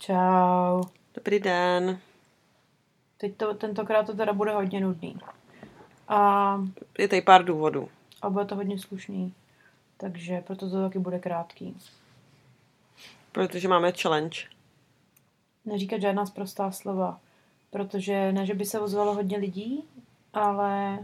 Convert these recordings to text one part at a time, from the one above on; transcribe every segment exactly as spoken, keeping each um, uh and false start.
Čau. Dobrý den. Teď to, tentokrát to teda bude hodně nudný. A Je tady pár důvodů. A bude to hodně slušný. Takže proto to taky bude krátký. Protože máme challenge. Neříkat žádná sprostá slova. Protože ne, že by se ozvalo hodně lidí, ale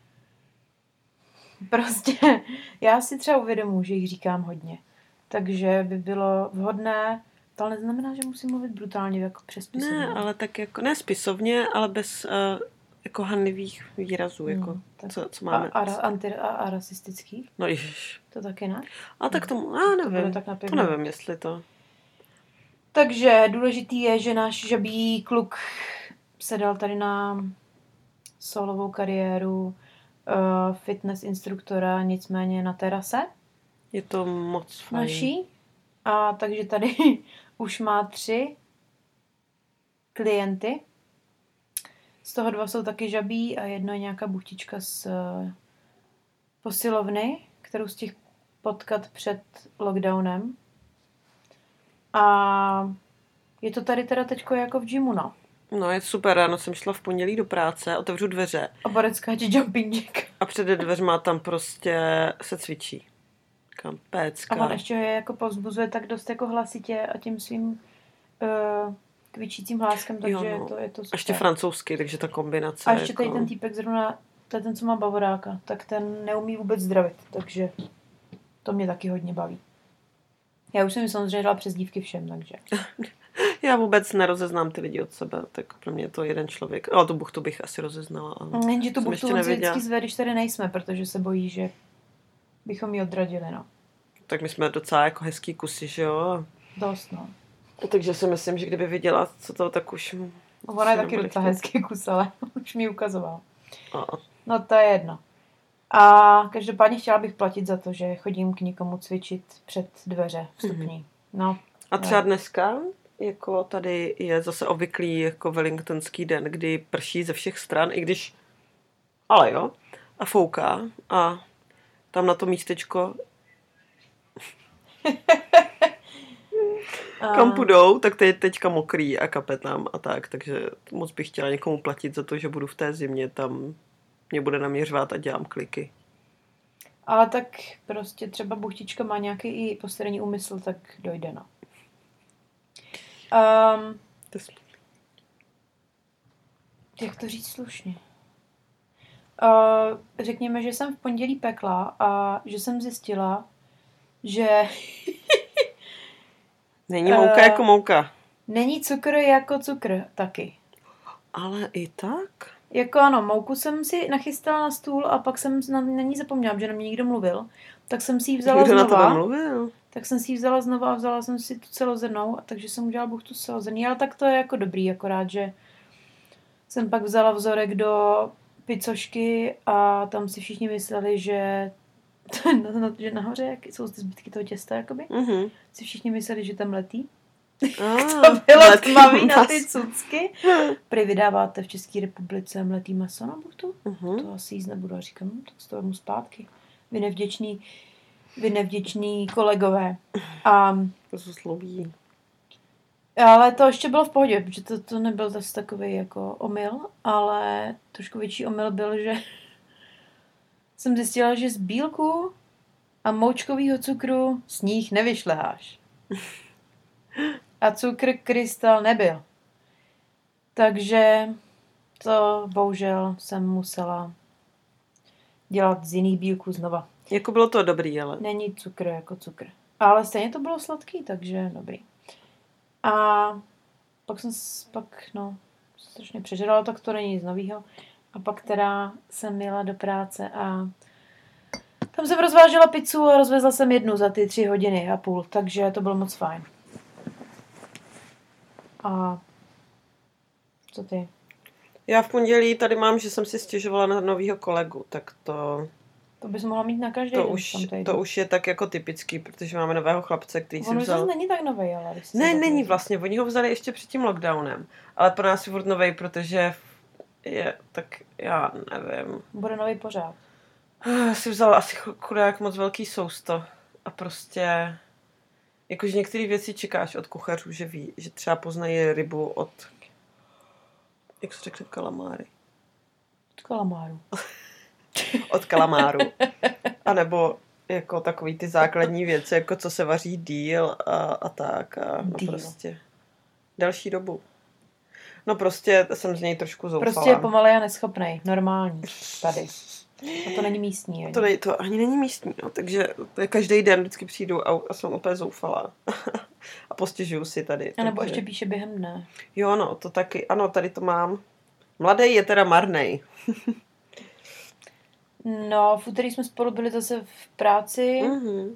prostě já si třeba uvědomuji, že jich říkám hodně. Takže by bylo vhodné, to ale neznamená, že musím mluvit brutálně jako přespisovně. Ne, ale tak jako, ne spisovně, ale bez uh, jako hanlivých výrazů, jako, Hmm, tak co, co máme. A, a, anti, a, a rasistických? No ježiš. To taky ne? A tak tomu, já To bude nevím, tak na to pěkno. nevím, jestli to. Takže důležitý je, že náš žabý kluk se dal tady na solovou kariéru uh, fitness instruktora, nicméně na terase Je to moc fajn. naší. A takže tady už má tři klienty. Z toho dva jsou taky žabí a jedno je nějaká buchtička z uh, posilovny, kterou stihl potkat před lockdownem. A je to tady teda teďko jako v gymu, no. No je super, ráno jsem šla v pondělí do práce, otevřu dveře. A Borec skáče jumping jack. A před dveřma tam prostě se cvičí. Kam pécka. A on ještě je jako povzbuzuje tak dost jako hlasitě a tím svým uh, kvičícím hláskem, takže Jo, no. je to, je to A super. ještě francouzsky, takže ta kombinace. A ještě jako... tady ten týpek zrovna, to je ten, co má bavoráka, tak ten neumí vůbec zdravit, takže to mě taky hodně baví. Já už jsem mi samozřejmě dala přes dívky všem, takže. Já vůbec nerozeznám ty lidi od sebe, tak pro mě je to jeden člověk. Ale tu buchtu bych asi rozeznala. Ale Jenže tu jsem buchtu ještě on si nevěděla. vždycky zve, když tady nejsme, protože se bojí, že bychom ji odradili, no. Tak my jsme docela jako hezký kusy, že jo? Dost, no. Takže si myslím, že kdyby viděla, co to, tak už... Ona je si taky nebude docela chtít. hezký kus, ale už mi ukazoval. A, No to je jedno. A každopádně chtěla bych platit za to, že chodím k někomu cvičit před dveře vstupní. No. a třeba no. dneska, jako tady je zase obvyklý jako wellingtonský den, kdy prší ze všech stran, i když... Ale jo. A fouká. A tam na to místečko, A, kam půjdou, tak to je teďka mokrý a kape tam a tak, takže moc bych chtěla někomu platit za to, že budu v té zimě, tam mě bude naměřovat a dělám kliky. ale tak prostě třeba buchtička má nějaký i poslední úmysl, tak dojde, no. Um, To je... jak to říct slušně? Uh, řekněme, že jsem v pondělí pekla a že jsem zjistila, že Není mouka Eh. jako mouka. není cukr jako cukr taky. Ale i tak? Jako ano, mouku jsem si nachystala na stůl a pak jsem na, na ní zapomněla, že na mě někdo mluvil. Tak jsem si ji vzala Kdo na tebe znova. mluvil? Tak jsem si ji vzala znova a vzala jsem si tu celozrnnou, a takže jsem udělala buchtu z celozrnný, ale tak to je jako dobrý, akorát, že jsem pak vzala vzorek do pizzošky a tam si všichni mysleli, že, že nahoře jak jsou ty zbytky toho těsta, jakoby, Mhm. si všichni mysleli, že tam letí. Ah, To bylo mletý tmavý na ty mas. cucky. Prý vydáváte v České republice mletý maso na buchtu? Mhm. To asi jíst nebudu. A říkám, hm, tak to vemu zpátky. Vy nevděční, vy nevděční kolegové. A, To se zlobí. ale to ještě bylo v pohodě, protože to, to nebyl zase takový jako omyl, ale trošku větší omyl byl, že jsem zjistila, že z bílku a moučkovýho cukru sníh nevyšleháš. A cukr krystal nebyl. Takže to bohužel jsem musela dělat z jiných bílků znova. Jako bylo to dobrý, ale... Není cukr jako cukr. Ale stejně to bylo sladký, takže dobrý. A pak jsem s- pak, no, strašně přežrala, tak to není nic novýho. A pak teda jsem jela do práce a tam jsem rozvážela pizzu a rozvezla jsem jednu za ty tři hodiny a půl, takže to bylo moc fajn. A co ty? Já v pondělí tady mám, že jsem si stěžovala na novýho kolegu, tak to... To bys mohla mít na každý To den. už, tam tady. to už je tak jako typický, protože máme nového chlapce, který si On už vzal... zase není tak novej, ale když si Ne, to není vezmu. vlastně, oni ho vzali ještě před tím lockdownem, ale pro nás je furt novej, protože je, tak já nevím. Bude nový pořád. Já si vzal asi ch- chudák moc velký sousto a prostě Jakože některé věci čekáš od kuchařů, že ví, že třeba poznají rybu od, jak se řekne, kalamáry. Od kalamáru. Od kalamáru. A nebo jako takový ty základní věci, jako co se vaří díl a, a tak. A no Díl. prostě delší dobu. No prostě jsem z něj trošku zoufala. Prostě je pomalej a neschopnej. Normální. Tady. A to není místní. To, nej, to ani není místní, no, takže každý den vždycky přijdu a, a jsem úplně zoufalá. A postěžuju si tady. A nebo takže... ještě píše během dne. Jo, no, to taky. Ano, tady to mám. Mladý je teda marnej. No, v úterý jsme spolu byli zase v práci. Mm-hmm.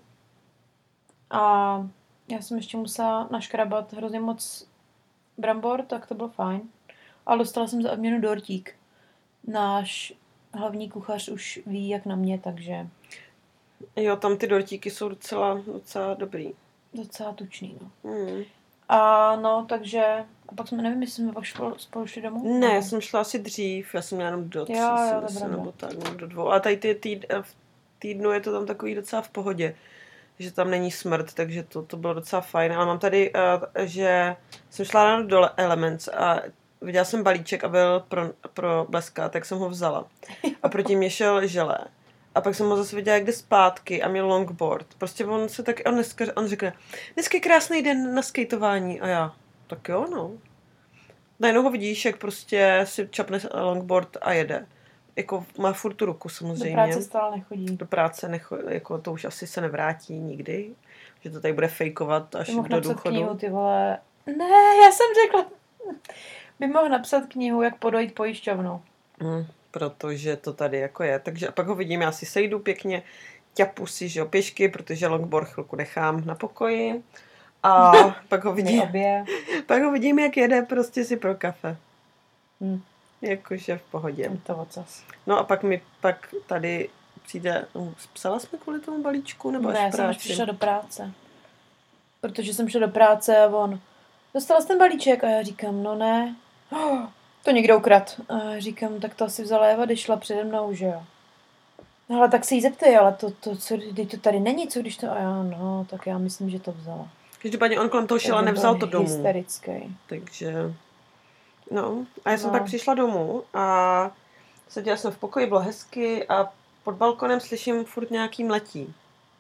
A já jsem ještě musela naškrabat hrozně moc brambor, tak to bylo fajn. Ale dostala jsem za odměnu dortík. Náš hlavní kuchař už ví, jak na mě, takže... Jo, tam ty dortíky jsou docela, docela dobrý. Docela tučný, no. Mm. A no, takže... A pak jsme, nevím, jestli jsme pak šlo, spolu šli domů? Ne, já jsem šla asi dřív, já jsem měla jenom do tří, Jo, jo, myslím, dobrá, nebo tak, nebo do dvou. A tady ty týd, v týdnu je to tam takový docela v pohodě, že tam není smrt, takže to, to bylo docela fajn. Ale mám tady, uh, že jsem šla ráno do Elements a viděla jsem balíček a byl pro, pro bleska, tak jsem ho vzala. A proti mě šel želé. A pak jsem ho zase viděla, jak jde zpátky a měl longboard. Prostě on se tak, on, dneska, on řekne, dneska je krásný den na skateování. A já, tak jo, no. Najednou ho vidíš, jak prostě si čapne longboard a jede. Jako má furt tu ruku samozřejmě. Do práce stále nechodí. Do práce nechodí, jako to už asi se nevrátí nikdy. Že to tady bude fejkovat až mohl do napsat důchodu. Knihu, ty vole. Ne, já jsem řekla. By mohl napsat knihu, jak podojit pojišťovnu. Hmm, protože to tady jako je. Takže a pak ho vidím, já si sejdu pěkně, ťapu si, že jo, pěšky, protože longboard chvilku nechám na pokoji. A pak ho vidím, pak ho vidím, jak jede prostě si pro kafe. Hmm. Jakože v pohodě. To ocas. No a pak mi pak tady přijde, psala jsme kvůli tomu balíčku, nebo ne, až já v jsem práci? už přišla do práce. Protože jsem šla do práce a on, dostala jsi ten balíček? A já říkám, no ne. Oh, to někdo ukrad. A já říkám, tak to asi vzala Eva, když šla přede mnou, že jo. No ale tak se jí zeptej, ale to, to, co, to tady není, co když to... A já, no, tak já myslím, že to vzala. Každopádně on kolem toho šel a nevzal to domů. Hysterický. Takže, no. A já jsem no. pak přišla domů a seděla jsem v pokoji, bylo hezky a pod balkonem slyším furt nějaký mletí.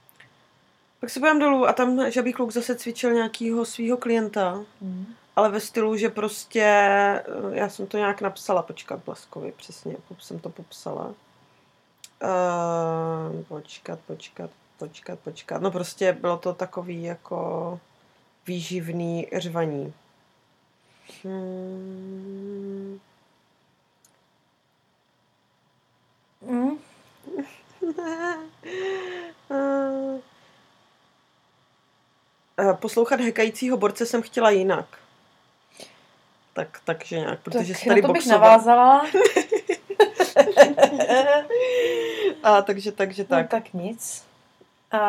Pak se pojďám dolů a tam žabý kluk zase cvičil nějakýho svýho klienta, mm. ale ve stylu, že prostě, já jsem to nějak napsala, počkat Bleskovi, přesně, jsem to popsala. Uh, počkat, počkat, počkat, počkat. No prostě bylo to takový jako výživný řvaní. Hmm. Mm. Poslouchat hekajícího borce jsem chtěla jinak. Tak, takže nějak, protože tak se tady na to bych boxovala. navázala. A takže, takže tak. No, tak nic. A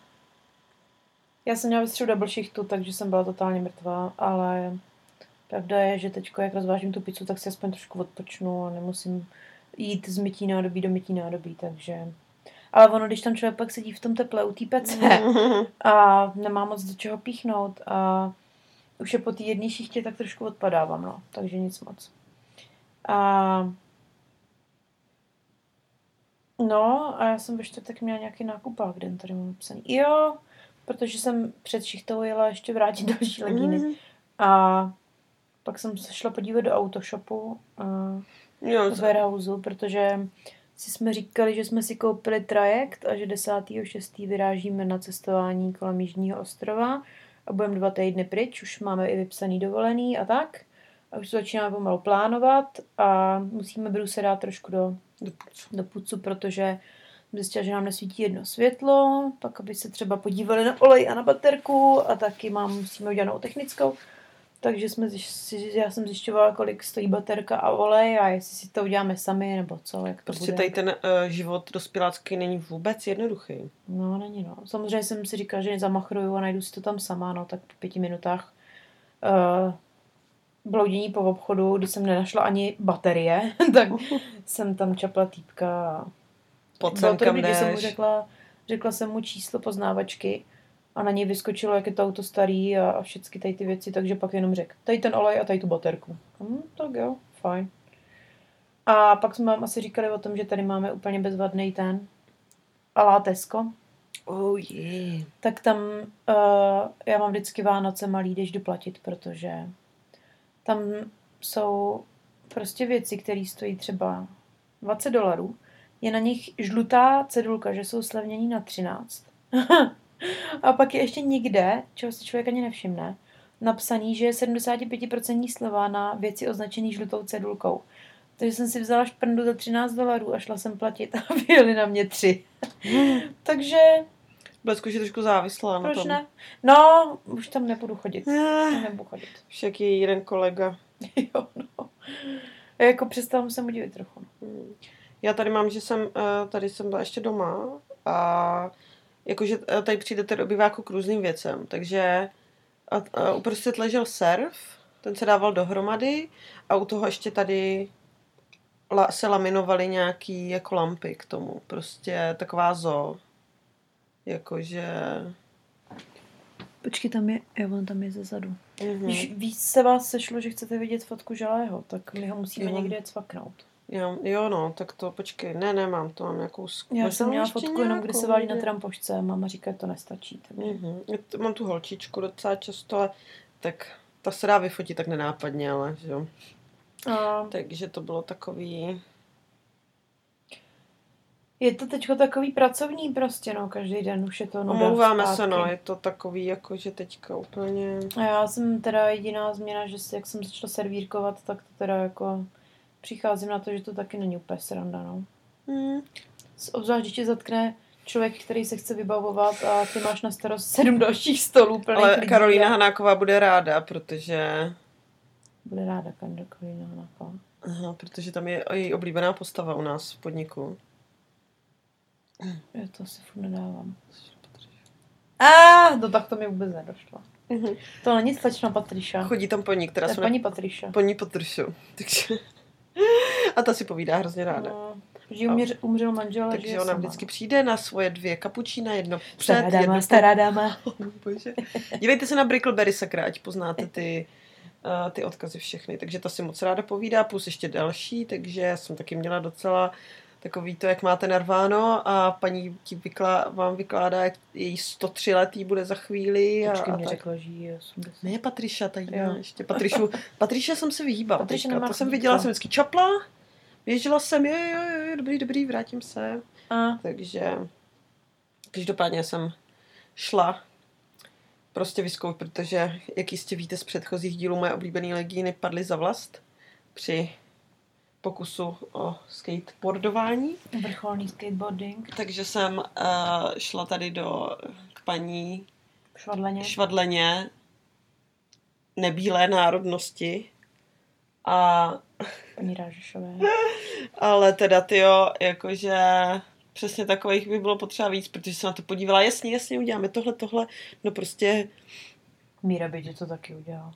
já jsem měla ve středu double shiftu, takže jsem byla totálně mrtvá, ale pravda je, že teďko, jak rozvážím tu pizzu, tak si aspoň trošku odpočnu a nemusím jít z mytí nádobí do mytí nádobí, takže... Ale ono, když tam člověk pak sedí v tom teple u té pece a nemá moc do čeho píchnout a už je po té jedné šichtě, tak trošku odpadávám, no, takže nic moc. A... No, a já jsem ve čtvrtek měla nějaký nákupák, kde tady mám napsaný. Jo, protože jsem před šichtou jela ještě vrátit další legíny. Mm. A pak jsem se šla podívat do autoshopu uh, z warehouseu, protože si jsme říkali, že jsme si koupili trajekt a že desátého šestého vyrážíme na cestování kolem Jižního ostrova a budeme dva týdny pryč, už máme i vypsaný dovolený a tak. A už to začínáme pomalu plánovat a musíme Bruse dát trošku do, do, pucu. do pucu, protože zjistila, že nám nesvítí jedno světlo, pak aby se třeba podívali na olej a na baterku a taky mám, musíme udělat technickou. Takže jsme, já jsem zjišťovala, kolik stojí baterka a olej a jestli si to uděláme sami, nebo co, jak to prostě bude. tady ten uh, život dospělácký není vůbec jednoduchý. No, není no. Samozřejmě jsem si říkala, že zamachruju a najdu si to tam sama, no, tak po pěti minutách uh, bloudění po obchodu, když jsem nenašla ani baterie, tak jsem tam čapla týpka. Pojď sem, kam když jsem mu jdeš. řekla, řekla jsem mu číslo poznávačky a na něj vyskočilo, jak je to auto starý a, a všechny tady ty věci, takže pak jenom řekl, tady ten olej a tady tu baterku. Hm, tak jo, fajn. A pak jsme vám asi říkali o tom, že tady máme úplně bezvadný ten alá Tesco. Oh yeah. Tak tam uh, já mám vždycky Vánoce malý, když jdu platit, protože tam jsou prostě věci, které stojí třeba dvacet dolarů. Je na nich žlutá cedulka, že jsou slevnění na třináct. A pak je ještě někde, čeho si člověk ani nevšimne, napsaný, že je sedmdesát pět procent sleva na věci označený žlutou cedulkou. Takže jsem si vzala šprndu za třináct dolarů a šla jsem platit a vyjeli na mě tři. Takže... Blesku, že trošku závislá Proč na tom. ne? No, už tam nebudu chodit. Tam nebudu chodit. Však je jeden kolega. Jo, no. A jako přestala musím mu divit trochu. Hmm. Já tady mám, že jsem, tady jsem byla ještě doma a jakože tady přijdete do obyváku k různým věcem, takže a, a uprostřed ležel surf, ten se dával dohromady a u toho ještě tady la, se laminovaly nějaký jako lampy k tomu, prostě taková zoo, jakože... Počkej, tam je, jo, on tam je zezadu. Mm-hmm. Když víc se vás sešlo, že chcete vidět fotku žalého, tak my ho musíme Jo. někde cvaknout. Jo, jo, no, tak to počkej, ne, nemám, to mám nějakou... Já jsem měla ještě fotku jenom, kdy se nějakou, válí na že- trampošce a máma říká, že to nestačí. Takže... Mhm. Já t- Mám tu holčičku docela často, ale tak ta se dá vyfotit tak nenápadně, ale že jo. A Takže to bylo takový... je to teďko takový pracovní prostě, no, každý den už je to nuda Omlouváme se, zpátky. no, je to takový jako, že teďka úplně... A já jsem teda jediná změna, že si, jak jsem začala servírkovat, tak to teda jako přicházím na to, že to taky není úplně sranda, no. Hmm. Obzvlášť, když tě zatkne člověk, který se chce vybavovat a ty máš na starost sedm dalších stolů plných Ale lidí. Karolína a... Hanáková bude ráda, protože... Bude ráda Karolína Hanáková. Aha, protože tam je její oblíbená postava u nás v podniku. Já to asi furt nedávám. A no tak to mi vůbec nedošlo. Mhm. To není slečna Patriša. Chodí tam paní, která To je se paní Patriša. paní Patrišu. Takže... A ta si povídá hrozně ráda. No, že umřel, umřel manžel, ale Takže žije ona sama. vždycky přijde na svoje dvě kapučína, jedno před, Stará dáma, jedno stará dáma. po... Bože. Dívejte se na Brickleberry, sakra, ať poznáte ty, uh, ty odkazy všechny. Takže ta si moc ráda povídá, plus ještě další, takže jsem taky měla docela takový to, jak máte narváno a paní ti vyklá, vám vykládá, jak její sto tři letý bude za chvíli. A, Počkej, a mě tak. řekla, že jí je osmdesát. Ne, Patriša, ta jiná Jo. ještě. Patrišu, Patriša jsem se vyhýbala. Patriša teďka. nemá To jsem chodítko. viděla, jsem vždycky čapla, běžela jsem, jo, jo, jo, jo, dobrý, dobrý, vrátím se. A Takže každopádně jsem šla prostě vyzkoušet, protože, jak jistě víte z předchozích dílů, moje oblíbené legíny padly za vlast při pokusu o skateboardování. vrcholný skateboarding. Takže jsem uh, šla tady do k paní Švadleně. Švadleně nebílé národnosti a Paní Rážešové. ale teda tyjo, jakože přesně takových by bylo potřeba víc, protože se na to podívala, jasně, jasně, uděláme tohle, tohle, no prostě Míra by ti to taky udělala.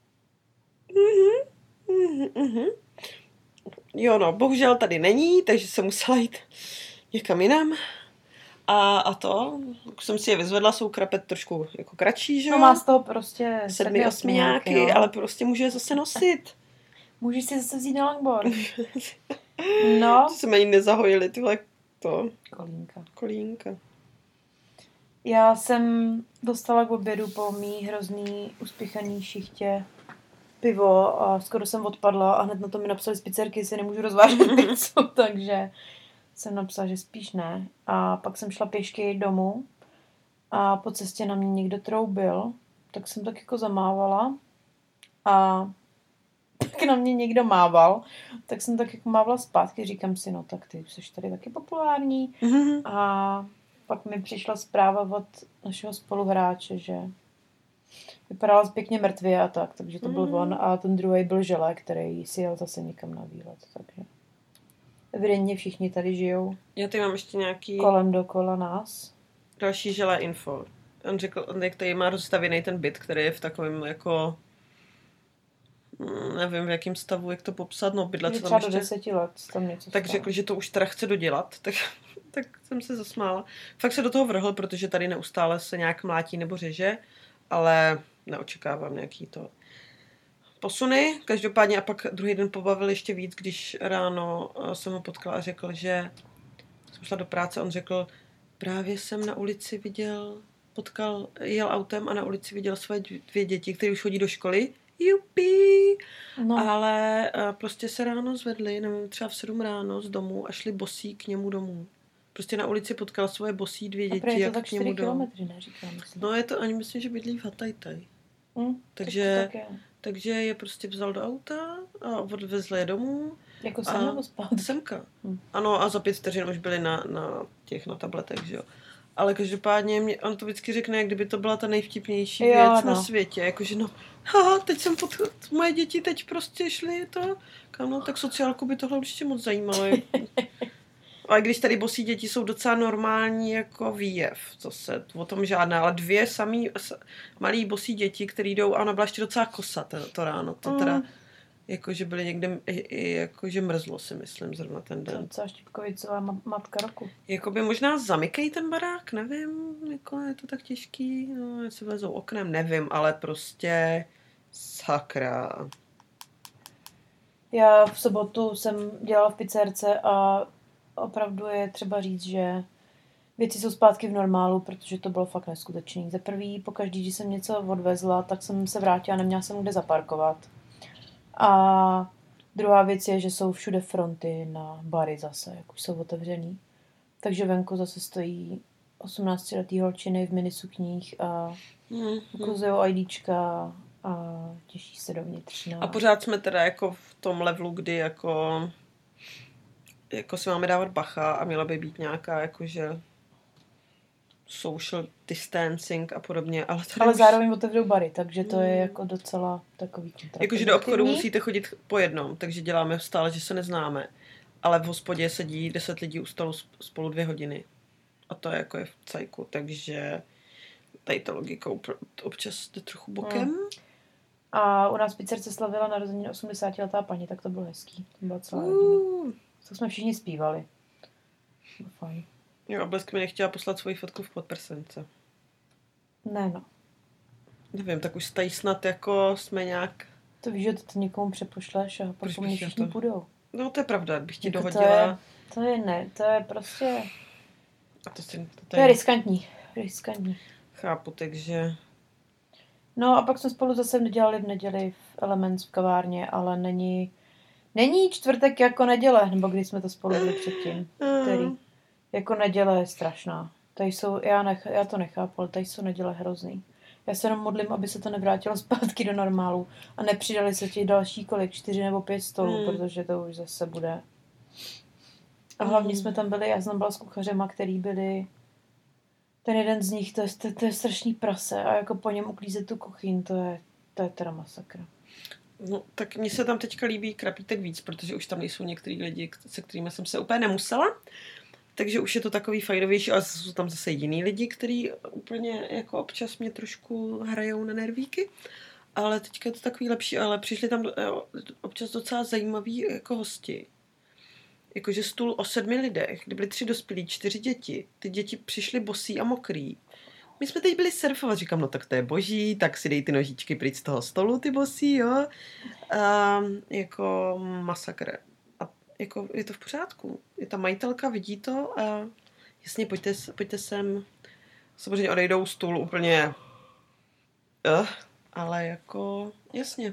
mhm, mhm. Jo no, bohužel tady není, takže jsem musela jít někam jinam a, a to, už jsem si je vyzvedla, jsou krapet trošku jako kratší, že jo? No má z toho prostě Sedmi, osmiňáky, no. ale prostě můžu je zase nosit. Můžeš si zase vzít na longboard. No. To se mi ani nezahojily tyhle to, Kolínka. kolínka. Já jsem dostala k obědu po mý hrozný uspěchaný šichtě pivo a skoro jsem odpadla a hned na to mi napsali z pizzerky, jestli nemůžu rozvážet pizzu, takže jsem napsala, že spíš ne. A pak jsem šla pěšky domů a po cestě na mě někdo troubil, tak jsem tak jako zamávala a tak na mě někdo mával, tak jsem tak jako mávala zpátky, říkám si, no tak ty jsi tady taky populární. Mhm. A pak mi přišla zpráva od našeho spoluhráče, že vypadala pěkně mrtvě a tak, takže to byl Mm. on a ten druhý byl Žele, který si jel zase někam na výlet, takže evidentně všichni tady žijou Já tady mám ještě nějaký kolem dokola nás. další želé info. On řekl, on jak tady má rozstavěný ten byt, který je v takovém jako mm, nevím v jakém stavu, jak to popsat, no bydlet Že se třeba tam do ještě. deseti let tam něco Tak stalo. řekl, že to už teda chce dodělat, tak, tak jsem se zasmála. Fakt se do toho vrhl, protože tady neustále se nějak mlátí nebo řeže, ale neočekávám nějaký to posuny. Každopádně a pak druhý den pobavil ještě víc, když ráno jsem ho potkala a řekl, že jsem šla do práce, on řekl, právě jsem na ulici viděl, potkal, jel autem a na ulici viděl své dvě děti, které už chodí do školy. Jupi! No. Ale prostě se ráno zvedli, nevím, třeba v sedm ráno z domu a šli bosí k němu domů. Prostě na ulici potkal svoje bosí dvě děti. A je to tak čtyři kilometry, neříkám. Myslím. No je to, ani myslím, že bydlí v Hatajtaj. Hmm, takže, tak takže je prostě vzal do auta a odvezl je domů. Jako sem nebo zpátky? Semka. Hmm. Ano a za pět vteřin už byli na, na těch, na tabletech, že jo. Ale každopádně mě, on to vždycky řekne, jak kdyby to byla ta nejvtipnější jo, věc no. na světě. Jakože no, haha, teď jsem pod... Moje děti teď prostě šly to. Kam no, tak sociálku by tohle určitě moc zajímalo. Ale když tady bosí děti jsou docela normální jako výjev. To se o tom žádná. Ale dvě samý malý bosí děti, které jdou, a ona byla ještě docela kosa to, to ráno. To mm. teda jakože byly někde, jakože mrzlo si myslím zrovna ten den. To docela Štipkovicová matka roku. Jakoby možná zamykej ten barák, nevím, jako je to tak těžký, no, jestli vezou oknem, nevím, ale prostě sakra. Já v sobotu jsem dělala v pizzerce a opravdu je třeba říct, že věci jsou zpátky v normálu, protože to bylo fakt neskutečný. Za prvý, pokaždý, když jsem něco odvezla, tak jsem se vrátila a neměla jsem kde zaparkovat. A druhá věc je, že jsou všude fronty na bary zase, jak už jsou otevřený. Takže venku zase stojí osmnáctiletý holčiny v minisukních a mm, ukazujou IDčka a těší se dovnitř. No. A pořád jsme teda jako v tom levelu, kdy jako, jako si máme dávat bacha a měla by být nějaká jakože social distancing a podobně. Ale, ale už... zároveň otevřou bary, takže to mm. je jako docela takový kontraproduktivní. Jakože do obchodu musíte chodit po jednom, takže děláme stále, že se neznáme. Ale v hospodě sedí deset lidí u stolu spolu dvě hodiny. A to je jako je v cajku, takže tady ta logika občas jde trochu bokem. Mm. A u nás v pizzerce slavila narozeniny osmdesátiletá paní, tak to bylo hezký. To byla celá rodina. To jsme všichni zpívali. Bylo fajn. Jo, a Blesk mi nechtěla poslat svoji fotku v podprsence. Ne, no. Nevím, tak už tady snad jako jsme nějak... To víš, že to někomu přepošleš a pak po mně všichni to... půjdou. No to je pravda, bych ti jako dohodila. To je, to je ne, to je prostě... A to, si, to, to, to je riskantní. riskantní. Chápu, takže... No a pak jsme spolu zase dělali v neděli v Elements v kavárně, ale není... Není čtvrtek jako neděle, nebo když jsme to spolu byli předtím. Který... Jako neděle je strašná. Tady jsou, já, nech, já to nechápu, ale tady jsou neděle hrozný. Já se jenom modlím, aby se to nevrátilo zpátky do normálu a nepřidali se těch další kolik, čtyři nebo pět stolů, mm. protože to už zase bude. A hlavně mm. jsme tam byli, já jsem byla s kuchařema, který byli, ten jeden z nich, to je, to, to je strašný prase a jako po něm uklízet tu kuchyň, to je, to je teda masakra. No, tak mně se tam teďka líbí krapítek víc, protože už tam nejsou některý lidi, se kterými jsem se úplně nemusela. Takže už je to takový fajnovější, ale jsou tam zase jiný lidi, kteří úplně jako občas mě trošku hrajou na nervíky. Ale teďka je to takový lepší, ale přišli tam občas docela zajímaví jako hosti. Jakože stůl o sedmi lidech, kde byly tři dospělí, čtyři děti. Ty děti přišly bosí a mokrý. My jsme teď byli surfovat, říkám, no tak to je boží, tak si dej ty nožičky pryč z toho stolu, ty bosí, jo. A, jako masakr. Jako je to v pořádku. Je ta majitelka, vidí to a jasně, pojďte, pojďte sem. Samozřejmě odejdou stůl úplně uh, ale jako jasně.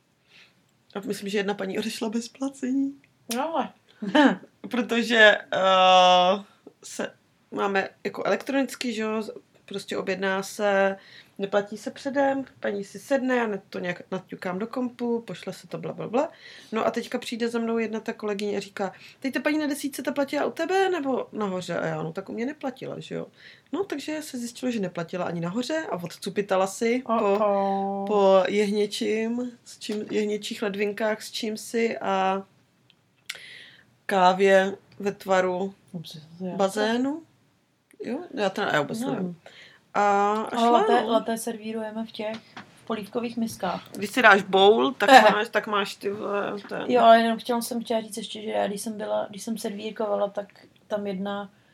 A myslím, že jedna paní odešla bez placení. No. Protože uh, se máme jako elektronicky, že jo, prostě objedná se, neplatí se předem, paní si sedne, já to nějak naťukám do kompu, pošle se to blablabla. No a teďka přijde za mnou jedna ta kolegyně a říká, teď ta paní na desítce ta platila u tebe nebo nahoře? A já, no tak u mě neplatila, že jo. No takže se zjistilo, že neplatila ani nahoře a odcupitala si po, po jehněčím, s čím, jehněčích ledvinkách s čím si a kávě ve tvaru bazénu. Jo, já to já vůbec nevím. A, a šla, laté, no. laté servírujeme v těch v polívkových miskách. Když si dáš bowl, tak eh. máš, tak máš ty ten. Jo, ale jenom chtěla jsem chtěla říct ještě, že já, když jsem byla, když jsem servírkovala, tak tam jedna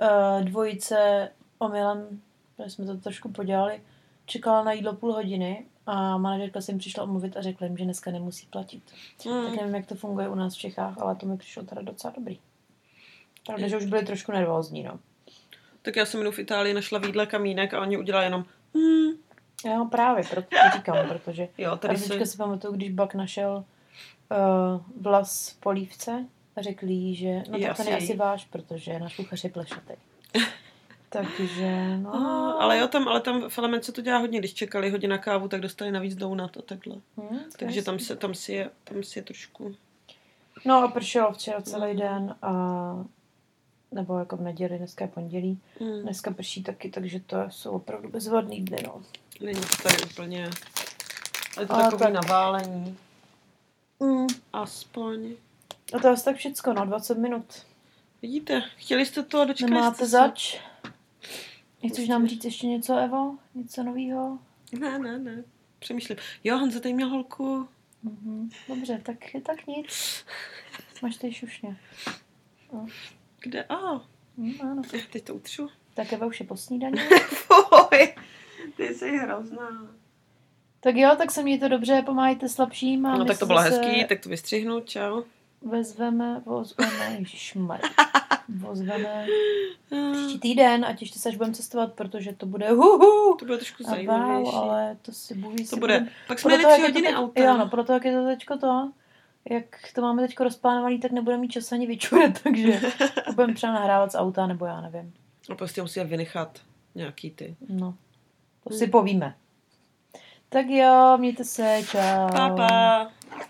uh, dvojice omylem, protože jsme to trošku podělali, čekala na jídlo půl hodiny a manažerka si jim přišla omluvit a řekla jim, že dneska nemusí platit. Mm. Tak nevím, jak to funguje u nás v Čechách, ale to mi přišlo teda docela dobrý. Pravda, že už byli trošku nervózní, no. Tak já jsem jenom v Itálii našla v jídle kamínek a oni udělali jenom hmm. Já právě, proto to říkám, protože jo, tady se... si pamatuju, když Bak našel uh, vlas v polívce a řekl jí, že no je tak ten je asi váš, protože náš kuchař je plešatý. Takže, no... Ah, ale jo, tam, ale tam v Elemence to dělá hodně, když čekali hodně na kávu, tak dostali navíc donut a takhle. Hmm, Takže tam, se, tam, si je, tam si je trošku... No a pršelo včera celý den a... nebo jako v neděli, dneska je pondělí. Hmm. Dneska prší taky, takže to jsou opravdu bezvadný dny, no. Není to tady úplně... Ale to takový tak... naválení. Hmm. Aspoň. A to je asi tak všecko, no, dvacet minut. Vidíte, chtěli jste to a dočkali Nemáte jste zač? Nechceš nám říct ještě něco, Evo? Něco novýho? Ne, ne, ne. Přemýšlím. Jo, Honza tady měl holku. Mm-hmm. Dobře, tak, tak nic. Máš tady šušně. No. Kde? A. Oh. Mm, ano. Teď to utřu. Tak Eva už je po snídani. Fuj, ty jsi hrozná. Tak jo, tak se mějte dobře, pomáhajte slabším. A no tak to bylo hezký, tak to vystřihnu, čau. Vezveme, vozveme, ježišmarja. Vozveme příští týden a těšte se, až budeme cestovat, protože to bude huhu. To bude trošku zajímavější. Wow, ale to si buví. To bude, budem... pak jsme jeli tři hodiny autem. Jo, no, proto jak je to teďko to, jak to máme teďko rozplánovaný, tak nebudeme mít čas ani vyčurat, takže to budeme třeba nahrávat z auta, nebo já nevím. A prostě musíme vynechat nějaký ty. No, to si povíme. Tak jo, mějte se, čau. Pa, pa.